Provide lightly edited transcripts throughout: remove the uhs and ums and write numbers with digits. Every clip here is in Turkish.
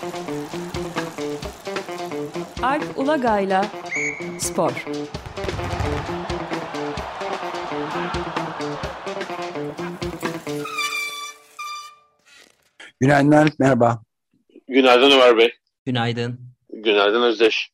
Alp Ulagay'la Spor. Günaydın Halit, merhaba. Günaydın Ömer Bey. Günaydın. Günaydın Özdeş.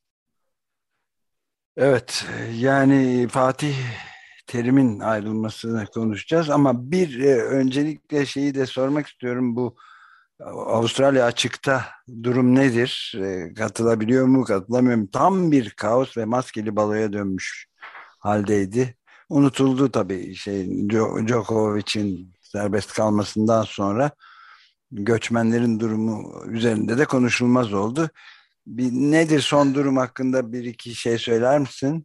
Evet, yani Fatih Terim'in ayrılmasını konuşacağız ama öncelikle şeyi de sormak istiyorum. Bu Avustralya açıkta durum nedir? Katılabiliyor mu, katılamıyor mu? Tam bir kaos ve maskeli baloya dönmüş haldeydi. Unutuldu tabii Djokovic'in serbest kalmasından sonra göçmenlerin durumu üzerinde de konuşulmaz oldu. Nedir son durum hakkında bir iki şey söyler misin?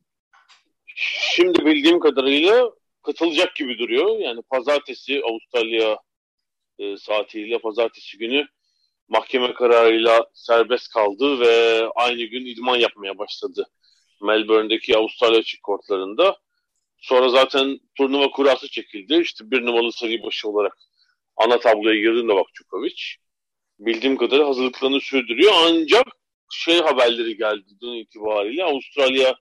Şimdi bildiğim kadarıyla katılacak gibi duruyor. Yani pazartesi Avustralya saatiyle pazartesi günü mahkeme kararıyla serbest kaldı ve aynı gün idman yapmaya başladı. Melbourne'deki Avustralya açık kortlarında. Sonra zaten turnuva kurası çekildi. İşte bir numaralı seri başı olarak ana tabloya girdi Novak Djokovic. Bildiğim kadarıyla hazırlıklarını sürdürüyor. Ancak haberleri geldi dün itibariyle Avustralya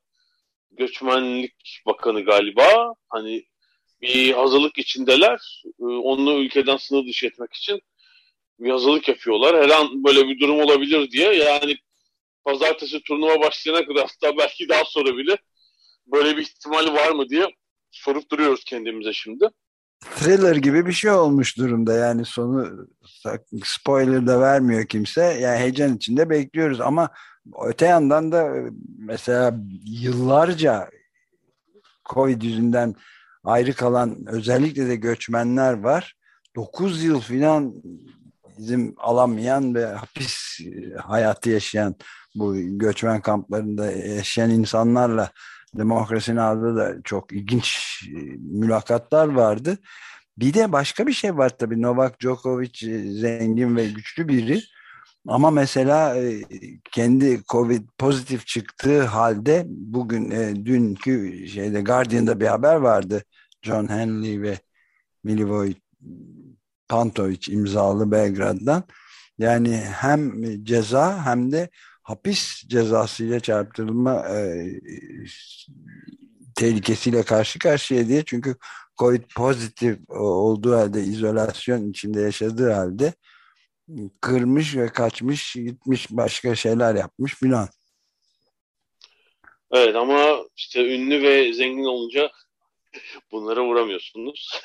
Göçmenlik Bakanı galiba hani bir hazırlık içindeler. Onu ülkeden sınır dışı etmek için bir hazırlık yapıyorlar. Her an böyle bir durum olabilir diye. Yani pazartesi turnuva başlayana kadar hatta belki daha sonra bile böyle bir ihtimal var mı diye sorup duruyoruz kendimize şimdi. Thriller gibi bir şey olmuş durumda, yani sonu spoiler da vermiyor kimse, yani heyecan içinde bekliyoruz ama öte yandan da mesela yıllarca Covid yüzünden ayrı kalan özellikle de göçmenler var. 9 yıl filan izin alamayan ve hapis hayatı yaşayan, bu göçmen kamplarında yaşayan insanlarla Demokrasi Now'da da çok ilginç mülakatlar vardı. Bir de başka bir şey var tabii. Novak Djokovic zengin ve güçlü biri. Ama mesela kendi Covid pozitif çıktığı halde dünkü Guardian'da bir haber vardı. John Henley ve Milivoje Pantovic imzalı Belgrad'dan. Yani hem ceza hem de hapis cezasıyla çarptırılma tehlikesiyle karşı karşıya diye. Çünkü Covid pozitif olduğu halde, izolasyon içinde yaşadığı halde kırmış ve kaçmış, gitmiş, başka şeyler yapmış filan. Evet ama işte ünlü ve zengin olunca bunlara vuramıyorsunuz.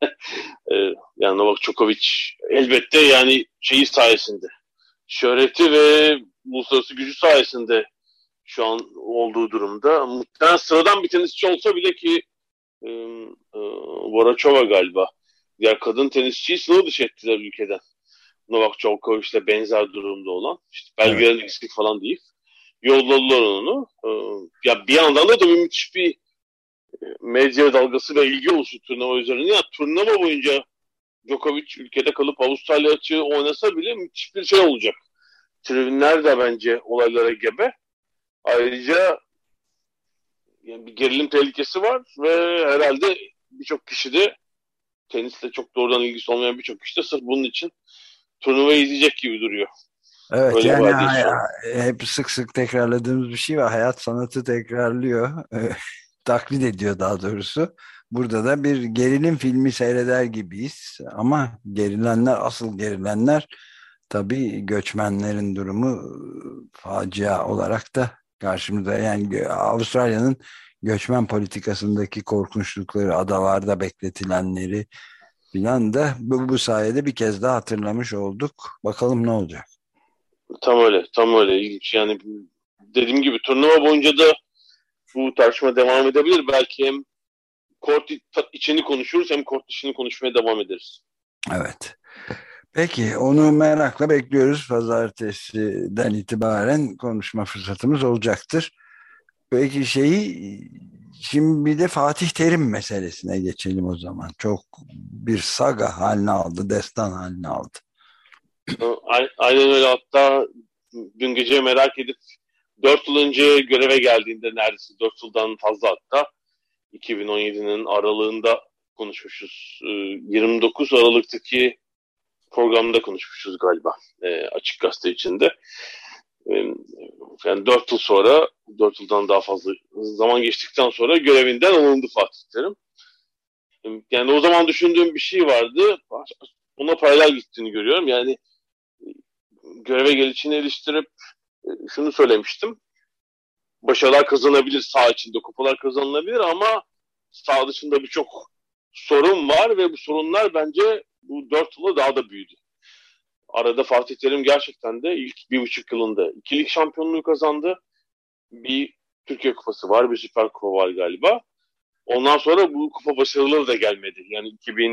Yani Novak Djokovic elbette yani sayesinde, şöhreti ve uluslararası gücü sayesinde şu an olduğu durumda. Muhtemelen sıradan bir tenisçi olsa bile ki e, Varachova galiba. Diğer kadın tenisçiyi sınır dışı ettiler ülkeden. Novak Djokovic'le benzer durumda olan. İşte Evet. belgelerin eksik falan değil. Yolladılar onu. Ya bir yandan da tabii müthiş bir medya dalgası ve ilgi oluştu turnuva üzerine. Ya turnuva boyunca Djokovic ülkede kalıp Avustralya açığı oynasa bile müthiş bir şey olacak. Tribünler de bence olaylara gebe. Ayrıca yani bir gerilim tehlikesi var ve herhalde birçok kişi de tenisle çok doğrudan ilgisi olmayan birçok kişi de sırf bunun için turnuvayı izleyecek gibi duruyor. Evet, Öyle bir yani adresi var. hep sık sık tekrarladığımız bir şey var. Hayat sanatı tekrarlıyor. Taklit ediyor daha doğrusu. Burada da bir gerilim filmi seyreder gibiyiz. Ama asıl gerilenler tabii göçmenlerin durumu facia olarak da karşımıza. Yani Avustralya'nın göçmen politikasındaki korkunçlukları, adalarda bekletilenleri filan da bu sayede bir kez daha hatırlamış olduk. Bakalım ne olacak. Tam öyle, tam öyle. İlginç. Yani dediğim gibi turnuva boyunca da bu tartışma devam edebilir. Belki hem kort içini konuşuruz hem kort dışını konuşmaya devam ederiz. Evet. Peki, onu merakla bekliyoruz. Pazartesiden itibaren konuşma fırsatımız olacaktır. Peki şimdi bir de Fatih Terim meselesine geçelim o zaman. Çok bir saga haline aldı, destan haline aldı. Aynen öyle. Hatta dün gece merak edip 4 yıl önce göreve geldiğinde neredeyse 4 yıldan fazla hatta 2017'nin aralığında konuşmuşuz. 29 Aralık'taki programda konuşmuşuz galiba Açık Gazete içinde. Yani 4 yıl sonra, 4 yıldan daha fazla zaman geçtikten sonra görevinden alındı Fatih Terim. Yani o zaman düşündüğüm bir şey vardı. Ona paralel gittiğini görüyorum. Yani göreve gelişini eleştirip şunu söylemiştim. Başarılar kazanabilir, saha içinde kupalar kazanılabilir ama saha dışında birçok sorun var ve bu sorunlar bence bu 4 yılda daha da büyüdü. Arada Fatih Terim gerçekten de ilk 1,5 yılında 2 lig şampiyonluğu kazandı. Bir Türkiye Kupası var, bir Süper Kupa var galiba. Ondan sonra bu kupa başarıları da gelmedi. Yani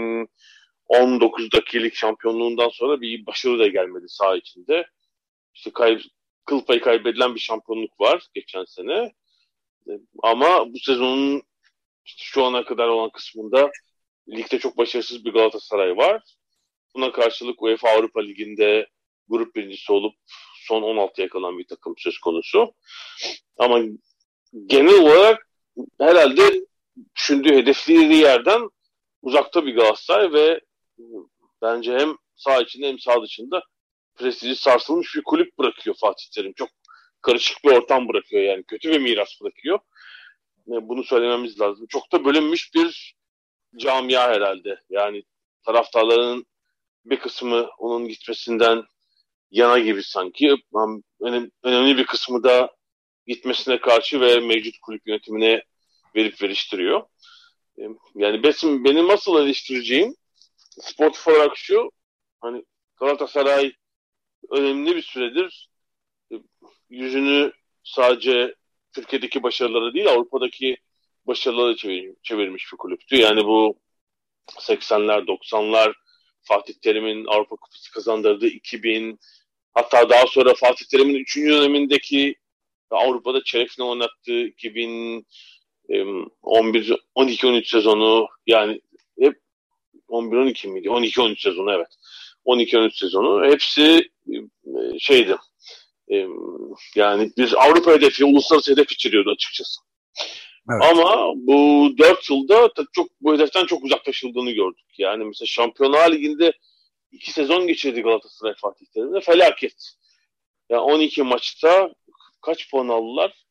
2019'daki lig şampiyonluğundan sonra bir başarı da gelmedi saha içinde. İşte kıl payı kaybedilen bir şampiyonluk var geçen sene. Ama bu sezonun işte şu ana kadar olan kısmında ligde çok başarısız bir Galatasaray var. Buna karşılık UEFA Avrupa Ligi'nde grup birincisi olup son 16'ya kalan bir takım söz konusu. Ama genel olarak herhalde düşündüğü, hedeflediği yerden uzakta bir Galatasaray ve bence hem saha içinde hem saha dışında prestiji sarsılmış bir kulüp bırakıyor Fatih Terim. Çok karışık bir ortam bırakıyor, yani kötü bir miras bırakıyor. Bunu söylememiz lazım. Çok da bölünmüş bir camia herhalde. Yani taraftarların bir kısmı onun gitmesinden yana gibi sanki. Önemli bir kısmı da gitmesine karşı ve mevcut kulüp yönetimine verip veriştiriyor. Yani benim asıl eleştireceğim sportif olarak şu: hani Galatasaray önemli bir süredir yüzünü sadece Türkiye'deki başarıları değil, Avrupa'daki başarıları çevirmiş bir kulüptü. Yani bu 80'ler, 90'lar Fatih Terim'in Avrupa Kupası kazandırdığı 2000, hatta daha sonra Fatih Terim'in 3. dönemindeki Avrupa'da çeyrek final oynattığı 2011, 12-13 sezonu, yani hep 11-12 miydi? 12-13 sezonu, evet. 12-13 sezonu hepsi şeydi. Yani bir Avrupa hedefi, uluslararası hedef içeriyordu açıkçası. Evet. Ama bu 4 yılda bu hedeften çok uzaklaşıldığını gördük. Yani mesela Şampiyonlar Ligi'nde 2 sezon geçirdi Galatasaray Fatih Terim'de. Felaket. Yani 12 maçta kaç puan aldılar?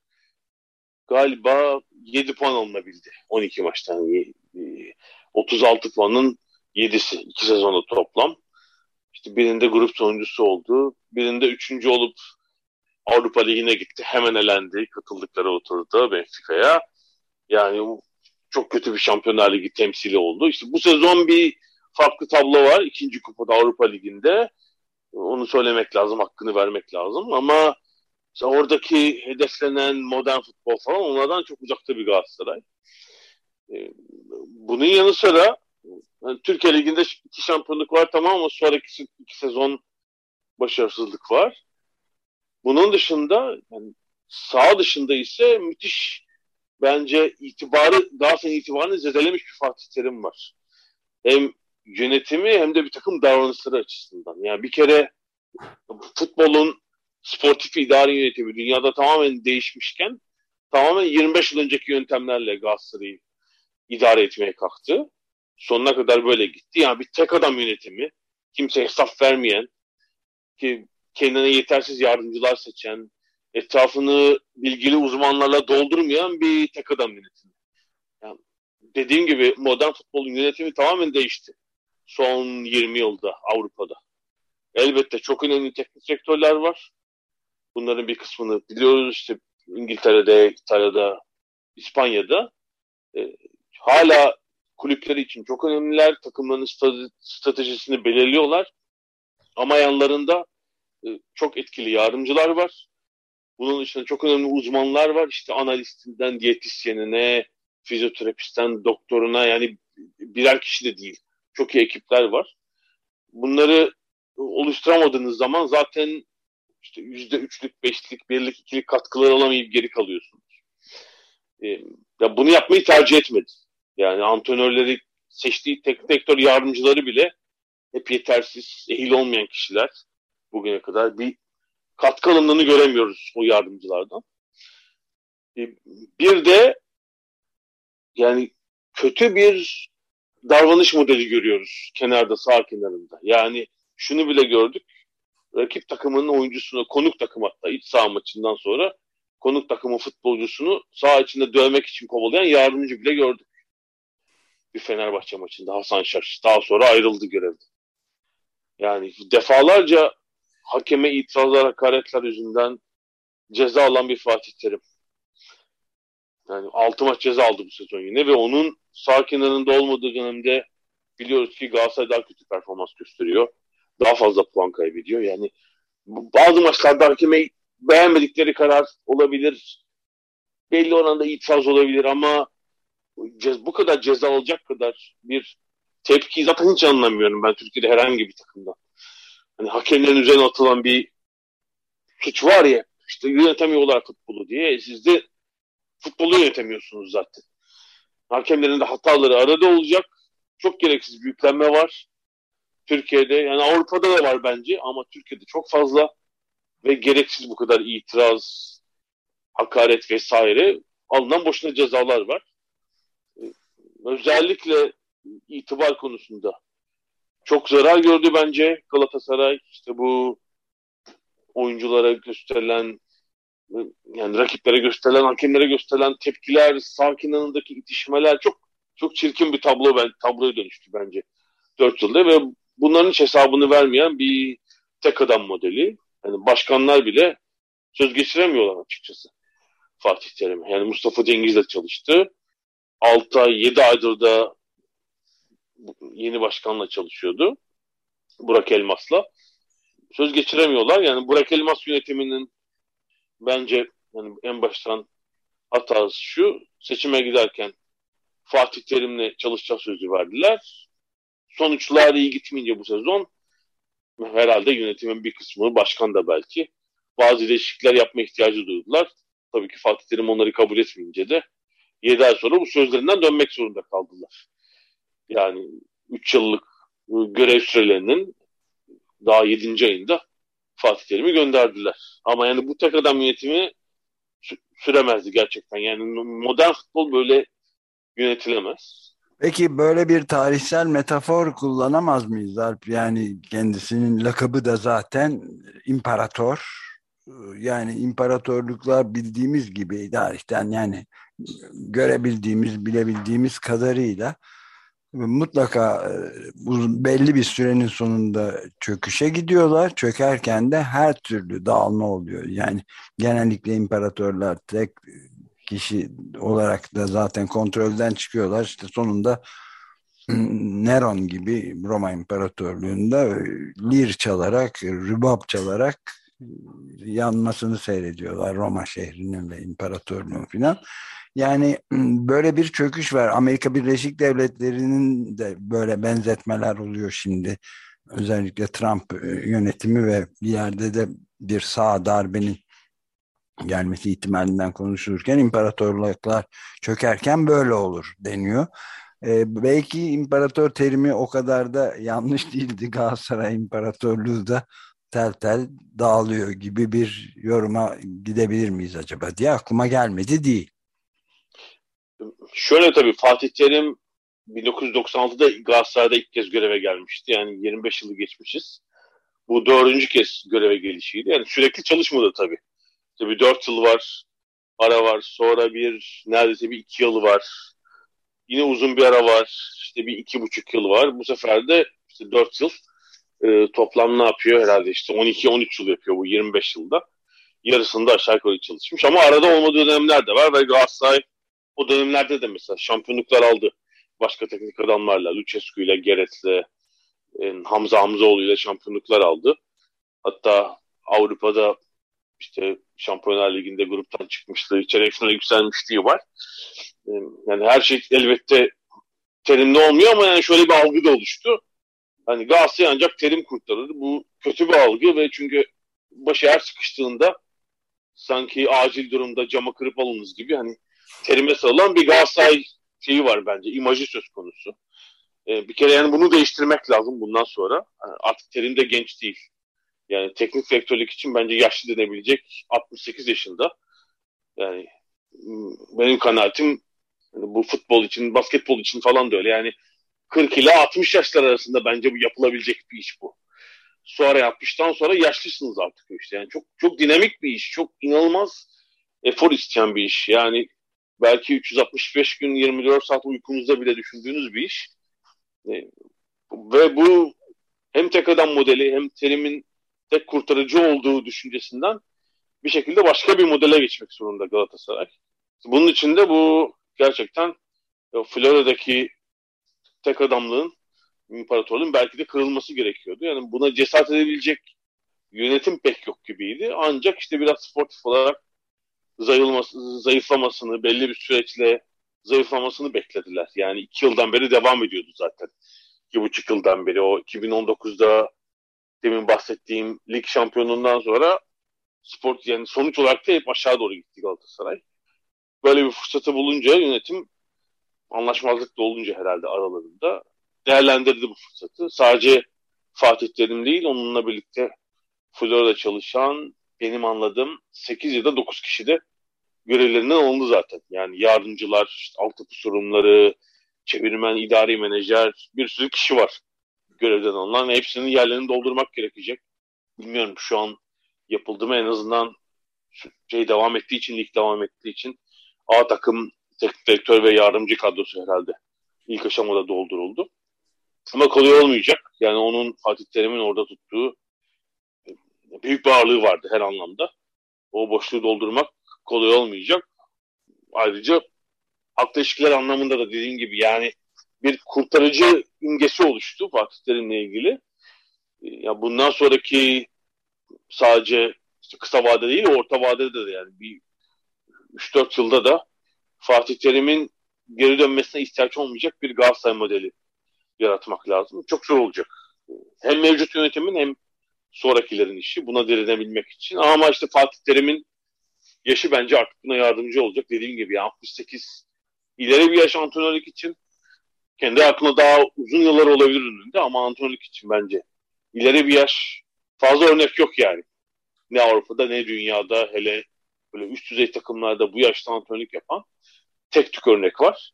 Galiba 7 puan alınabildi 12 maçtan. 36 puanın 7'si 2 sezonda toplam. İşte birinde grup sonuncusu oldu. Birinde 3. olup Avrupa Ligi'ne gitti. Hemen elendi. Katıldıkları oturdu Benfica'ya. Yani çok kötü bir Şampiyonlar Ligi temsili oldu. İşte bu sezon bir farklı tablo var. 2. Kupada Avrupa Ligi'nde. Onu söylemek lazım, hakkını vermek lazım. Ama oradaki hedeflenen modern futbol falan onlardan çok uzakta bir Galatasaray. Bunun yanı sıra yani Türkiye Ligi'nde 2 şampiyonluk var, tamam, ama sonraki 2 sezon başarısızlık var. Bunun dışında yani saha dışında ise müthiş, bence Galatasaray'ın itibarını zedelemiş bir Fatih Terim var. Hem yönetimi hem de bir takım davranışları açısından. Yani bir kere futbolun sportif idari yönetimi dünyada tamamen değişmişken tamamen 25 yıl önceki yöntemlerle Galatasaray'ı idare etmeye kalktı. Sonuna kadar böyle gitti. Yani bir tek adam yönetimi, kimse hesap vermeyen, ki kendine yetersiz yardımcılar seçen, etrafını bilgili uzmanlarla doldurmayan bir tek adam yönetimi. Yani dediğim gibi modern futbolun yönetimi tamamen değişti son 20 yılda Avrupa'da. Elbette çok önemli teknik direktörler var. Bunların bir kısmını biliyoruz, işte İngiltere'de, İtalya'da, İspanya'da. Hala kulüpleri için çok önemliler. Takımların stratejisini belirliyorlar. Ama yanlarında çok etkili yardımcılar var. Bunun dışında çok önemli uzmanlar var. İşte analistinden diyetisyenine, fizyoterapistten doktoruna, yani birer kişi de değil. Çok iyi ekipler var. Bunları oluşturamadığınız zaman zaten işte %3'lük, 5'lik, 1'lik, 2'lik katkılar alamayıp geri kalıyorsunuz. Ya bunu yapmayı tercih etmedi. Yani antrenörleri, seçtiği teknik direktör yardımcıları bile hep yetersiz, ehil olmayan kişiler. Bugüne kadar bir katkı alımlarını göremiyoruz o yardımcılardan. Bir de yani kötü bir davranış modeli görüyoruz kenarda, sağ kenarında. Yani şunu bile gördük. Rakip takımının oyuncusunu, konuk takım hatta iç saha maçından sonra konuk takımın futbolcusunu saha içinde dövmek için kovalayan yardımcı bile gördük. Bir Fenerbahçe maçında Hasan Şaş daha sonra ayrıldı görevden. Yani defalarca hakeme itirazlar, hakaretler yüzünden ceza alan bir Fatih Terim. Yani 6 maç ceza aldı bu sezon yine ve onun sağ kenarında olmadığı dönemde biliyoruz ki Galatasaray daha kötü performans gösteriyor. Daha fazla puan kaybediyor. Yani bazı maçlarda hakeme beğenmedikleri karar olabilir. Belli oranda itiraz olabilir ama bu kadar ceza alacak kadar bir tepki zaten hiç anlamıyorum ben Türkiye'de herhangi bir takımda. Hani hakemlerin üzerine atılan bir suç var ya işte yönetemiyorlar futbolu diye. Siz de futbolu yönetemiyorsunuz zaten. Hakemlerin de hataları arada olacak. Çok gereksiz bir yüklenme var. Türkiye'de yani Avrupa'da da var bence ama Türkiye'de çok fazla ve gereksiz bu kadar itiraz, hakaret vesaire alınan boşuna cezalar var. Özellikle itibar konusunda çok zarar gördü bence Galatasaray. İşte bu oyunculara gösterilen yani rakiplere gösterilen, hakemlere gösterilen tepkiler, sakin yanındaki itişmeler çok çirkin bir tabloya dönüştü bence 4 yılda ve bunların hiç hesabını vermeyen bir tek adam modeli. Yani başkanlar bile söz geçiremiyorlar açıkçası Fatih Terim'e. Yani Mustafa Cengiz'le çalıştı. 6 ay, 7 aydır da yeni başkanla çalışıyordu. Burak Elmas'la. Söz geçiremiyorlar. Yani Burak Elmas yönetiminin bence yani en baştan hatası şu. Seçime giderken Fatih Terim'le çalışacak sözü verdiler. Sonuçlar iyi gitmeyince bu sezon herhalde yönetimin bir kısmı, başkan da belki bazı değişiklikler yapma ihtiyacı duydular. Tabii ki Fatih Terim onları kabul etmeyince de 7 ay sonra bu sözlerinden dönmek zorunda kaldılar. Yani 3 yıllık görev sürelerinin daha 7. ayında Fatih Terim'i gönderdiler. Ama yani bu tek adam yönetimi süremezdi gerçekten. Yani modern futbol böyle yönetilemez. Peki böyle bir tarihsel metafor kullanamaz mıyız Alp? Yani kendisinin lakabı da zaten imparator. Yani imparatorluklar bildiğimiz gibi tarihten yani görebildiğimiz, bilebildiğimiz kadarıyla mutlaka belli bir sürenin sonunda çöküşe gidiyorlar. Çökerken de her türlü dağılma oluyor. Yani genellikle imparatorlar tek kişi olarak da zaten kontrolden çıkıyorlar. İşte sonunda Neron gibi Roma İmparatorluğu'nda lir çalarak, rübab çalarak yanmasını seyrediyorlar Roma şehrinin ve imparatorluğun filan. Yani böyle bir çöküş var. Amerika Birleşik Devletleri'nin de böyle benzetmeler oluyor şimdi. Özellikle Trump yönetimi ve bir yerde de bir sağ darbenin gelmesi ihtimalinden konuşulurken imparatorluklar çökerken böyle olur deniyor. Belki imparator terimi o kadar da yanlış değildi. Galatasaray İmparatorluğu da tel tel dağılıyor gibi bir yoruma gidebilir miyiz acaba diye aklıma gelmedi değil. Şöyle tabii Fatih Terim 1996'da Galatasaray'da ilk kez göreve gelmişti. Yani 25 yılı geçmişiz. Bu 4. kez göreve gelişiydi. Yani sürekli çalışmadı tabii. İşte bir 4 yıl var, ara var. Sonra neredeyse bir 2 yıl var. Yine uzun bir ara var. İşte bir 2,5 yıl var. Bu sefer de işte 4 yıl. Toplam ne yapıyor herhalde işte 12-13 yıl yapıyor bu 25 yılda. Yarısında aşağı yukarı çalışmış. Ama arada olmadığı dönemler de var ve Galatasaray o dönemlerde de mesela şampiyonluklar aldı. Başka teknik adamlarla, Lucescu ile, Geret'le, Hamza Hamzaoğlu ile şampiyonluklar aldı. Hatta Avrupa'da işte Şampiyonlar Ligi'nde gruptan çıkmıştı. Çeyrek finale yükselmişliği var. Yani her şey elbette Terim'de olmuyor ama yani şöyle bir algı da oluştu. Hani Galatasaray ancak Terim kurtarır. Bu kötü bir algı ve çünkü başı her sıkıştığında sanki acil durumda camı kırıp alınız gibi hani Terim'e sarılan bir Galatasaray şeyi var bence. İmajı söz konusu. Bir kere yani bunu değiştirmek lazım bundan sonra. Yani artık Terim de genç değil. Yani teknik direktörlük için bence yaşlı denebilecek 68 yaşında. Yani benim kanaatim yani bu futbol için, basketbol için falan da öyle. Yani 40 ile 60 yaşlar arasında bence bu yapılabilecek bir iş bu. Sonra yapmıştan sonra yaşlısınız artık işte. Yani çok çok dinamik bir iş, çok inanılmaz efor isteyen bir iş. Yani belki 365 gün 24 saat uykunuzda bile düşündüğünüz bir iş. E, Ve bu hem tek adam modeli hem terimin tek kurtarıcı olduğu düşüncesinden bir şekilde başka bir modele geçmek zorunda Galatasaray. Bunun için de bu gerçekten Florya'daki tek adamlığın, imparatorluğun belki de kırılması gerekiyordu. Yani buna cesaret edebilecek yönetim pek yok gibiydi. Ancak işte biraz sportif olarak zayıflamasını, belli bir süreçle zayıflamasını beklediler. Yani 2 yıldan beri devam ediyordu zaten. 2,5 yıldan beri. O 2019'da demin bahsettiğim lig şampiyonluğundan sonra yani sonuç olarak da hep aşağı doğru gitti Galatasaray. Böyle bir fırsatı bulunca yönetim, anlaşmazlık da olunca herhalde aralarında, değerlendirdi bu fırsatı. Sadece Fatih Terim değil, onunla birlikte Florya'da çalışan benim anladığım 8 ya da 9 kişi de görevlerinden alındı zaten. Yani yardımcılar, işte altyapı sorumluları, çevirmen, idari menajer, bir sürü kişi var görevden alınan. Hepsinin yerlerini doldurmak gerekecek. Bilmiyorum şu an yapıldı mı, en azından devam ettiği için, lig devam ettiği için A takım teknik direktör ve yardımcı kadrosu herhalde ilk aşamada dolduruldu. Ama kolay olmayacak. Yani onun, Fatih Terim'in orada tuttuğu büyük bir ağırlığı vardı her anlamda. O boşluğu doldurmak kolay olmayacak. Ayrıca halkla ilişkiler anlamında da dediğim gibi yani bir kurtarıcı imgesi oluştu Fatih Terim'le ilgili. Ya bundan sonraki sadece işte kısa vadede değil, orta vadede de yani bir 3-4 yılda da Fatih Terim'in geri dönmesine ihtiyaç olmayacak bir Galatasaray modeli yaratmak lazım. Çok zor olacak. Hem mevcut yönetimin hem sonrakilerin işi buna direnebilmek için. Ama işte Fatih Terim'in yaşı bence artık buna yardımcı olacak. Dediğim gibi 68 ileri bir yaş antrenörlük için. Kendi aklına daha uzun yıllar olabilir önünde ama antrenörlük için bence ileri bir yaş, fazla örnek yok yani. Ne Avrupa'da ne dünyada, hele böyle üst düzey takımlarda bu yaşta antrenörlük yapan tek tük örnek var.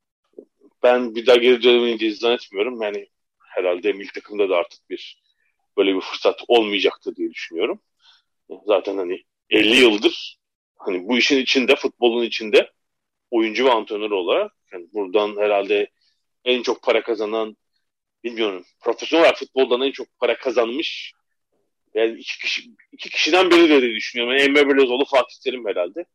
Ben bir daha geri dönemeyeceğiz zannetmiyorum. Yani herhalde milli takımda da artık böyle bir fırsat olmayacaktır diye düşünüyorum. Zaten hani 50 yıldır hani bu işin içinde, futbolun içinde oyuncu ve antrenör olarak yani buradan herhalde en çok para kazanan, bilmiyorum, profesyonel olarak futboldan en çok para kazanmış yani iki kişiden biri de diye düşünüyorum. Yani Emre Belözoğlu, Fatih Terim herhalde.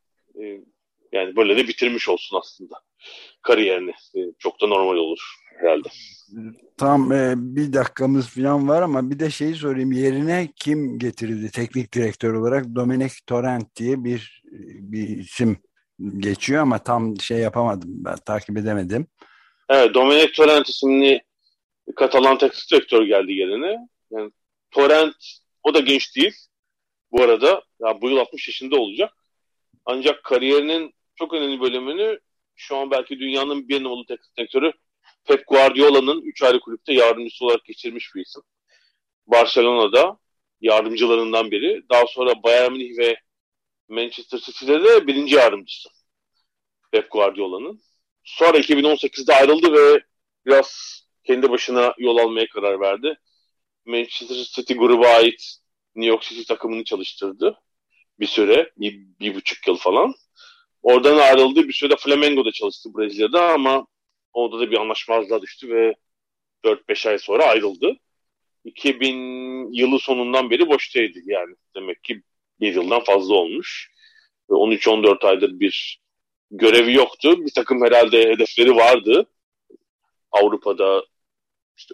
Yani böyle de bitirmiş olsun aslında kariyerini. Çok da normal olur herhalde. Tam bir dakikamız falan var ama bir de şeyi sorayım. Yerine kim getirildi teknik direktör olarak? Dominic Torrent diye bir isim geçiyor ama tam şey yapamadım. Ben takip edemedim. Evet, Dominic Torrent isimli Katalan teknik direktör geldi yerine. Yani Torrent, o da genç değil bu arada. Ya bu yıl 60 yaşında olacak. Ancak kariyerinin çok önemli bölümünü şu an belki dünyanın bir numaralı teknik direktörü Pep Guardiola'nın 3 ayrı kulüpte yardımcısı olarak geçirmiş bir isim. Barcelona'da yardımcılarından biri. Daha sonra Bayern Münih ve Manchester City'de de birinci yardımcısı Pep Guardiola'nın. Sonra 2018'de ayrıldı ve biraz kendi başına yol almaya karar verdi. Manchester City gruba ait New York City takımını çalıştırdı bir süre, bir buçuk yıl falan. Oradan ayrıldı, bir süre Flamengo'da çalıştı Brezilya'da ama orada da bir anlaşmazlığa düştü ve 4-5 ay sonra ayrıldı. 2000 yılı sonundan beri boştaydı yani. Demek ki bir yıldan fazla olmuş. Ve 13-14 aydır bir görevi yoktu. Bir takım herhalde hedefleri vardı. Avrupa'da işte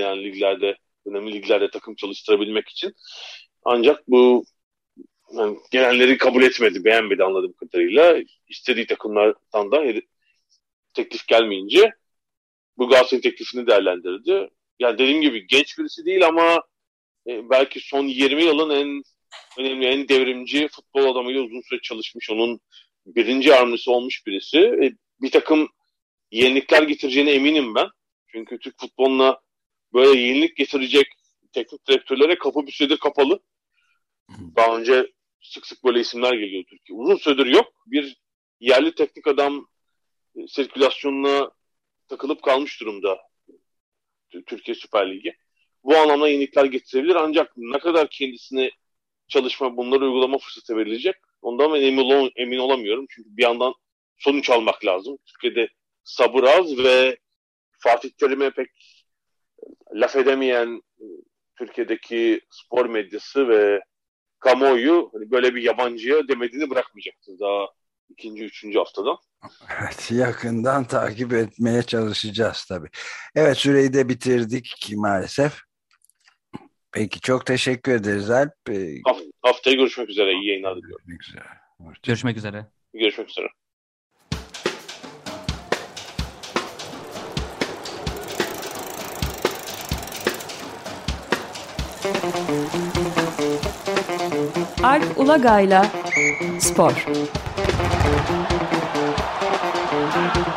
önemli liglerde takım çalıştırabilmek için. Ancak bu yani gelenleri kabul etmedi, beğenmedi anladığım kadarıyla. İstediği takımlardan da teklif gelmeyince bu Galatasaray'ın teklifini değerlendirdi. Yani dediğim gibi genç birisi değil ama belki son 20 yılın en önemli, en devrimci futbol adamıyla uzun süre çalışmış, onun birinci yardımcısı olmuş birisi. Bir takım yenilikler getireceğine eminim ben. Çünkü Türk futboluna böyle yenilik getirecek teknik direktörlere kapı bir süredir kapalı. Daha önce sık sık böyle isimler geliyor Türkiye. Uzun süredir yok. Bir yerli teknik adam sirkülasyonuna takılıp kalmış durumda Türkiye Süper Ligi. bu anlamda yenilikler getirebilir. Ancak ne kadar kendisine çalışma, bunları uygulama fırsatı verilecek ondan ben emin olamıyorum. Çünkü bir yandan sonuç almak lazım. Türkiye'de sabır az ve Fatih Terim'e pek laf edemeyen Türkiye'deki spor medyası ve kamuoyu hani böyle bir yabancıya demediğini bırakmayacaktır daha ikinci, üçüncü haftadan. Evet, yakından takip etmeye çalışacağız tabii. Evet, süreyi de bitirdik maalesef. Peki, çok teşekkür ederiz Alp. Haftaya görüşmek üzere. İyi yayınlar diliyorum. Görüşmek üzere. Görüşmek üzere. Görüşmek üzere. Alp Ulagay'la Spor.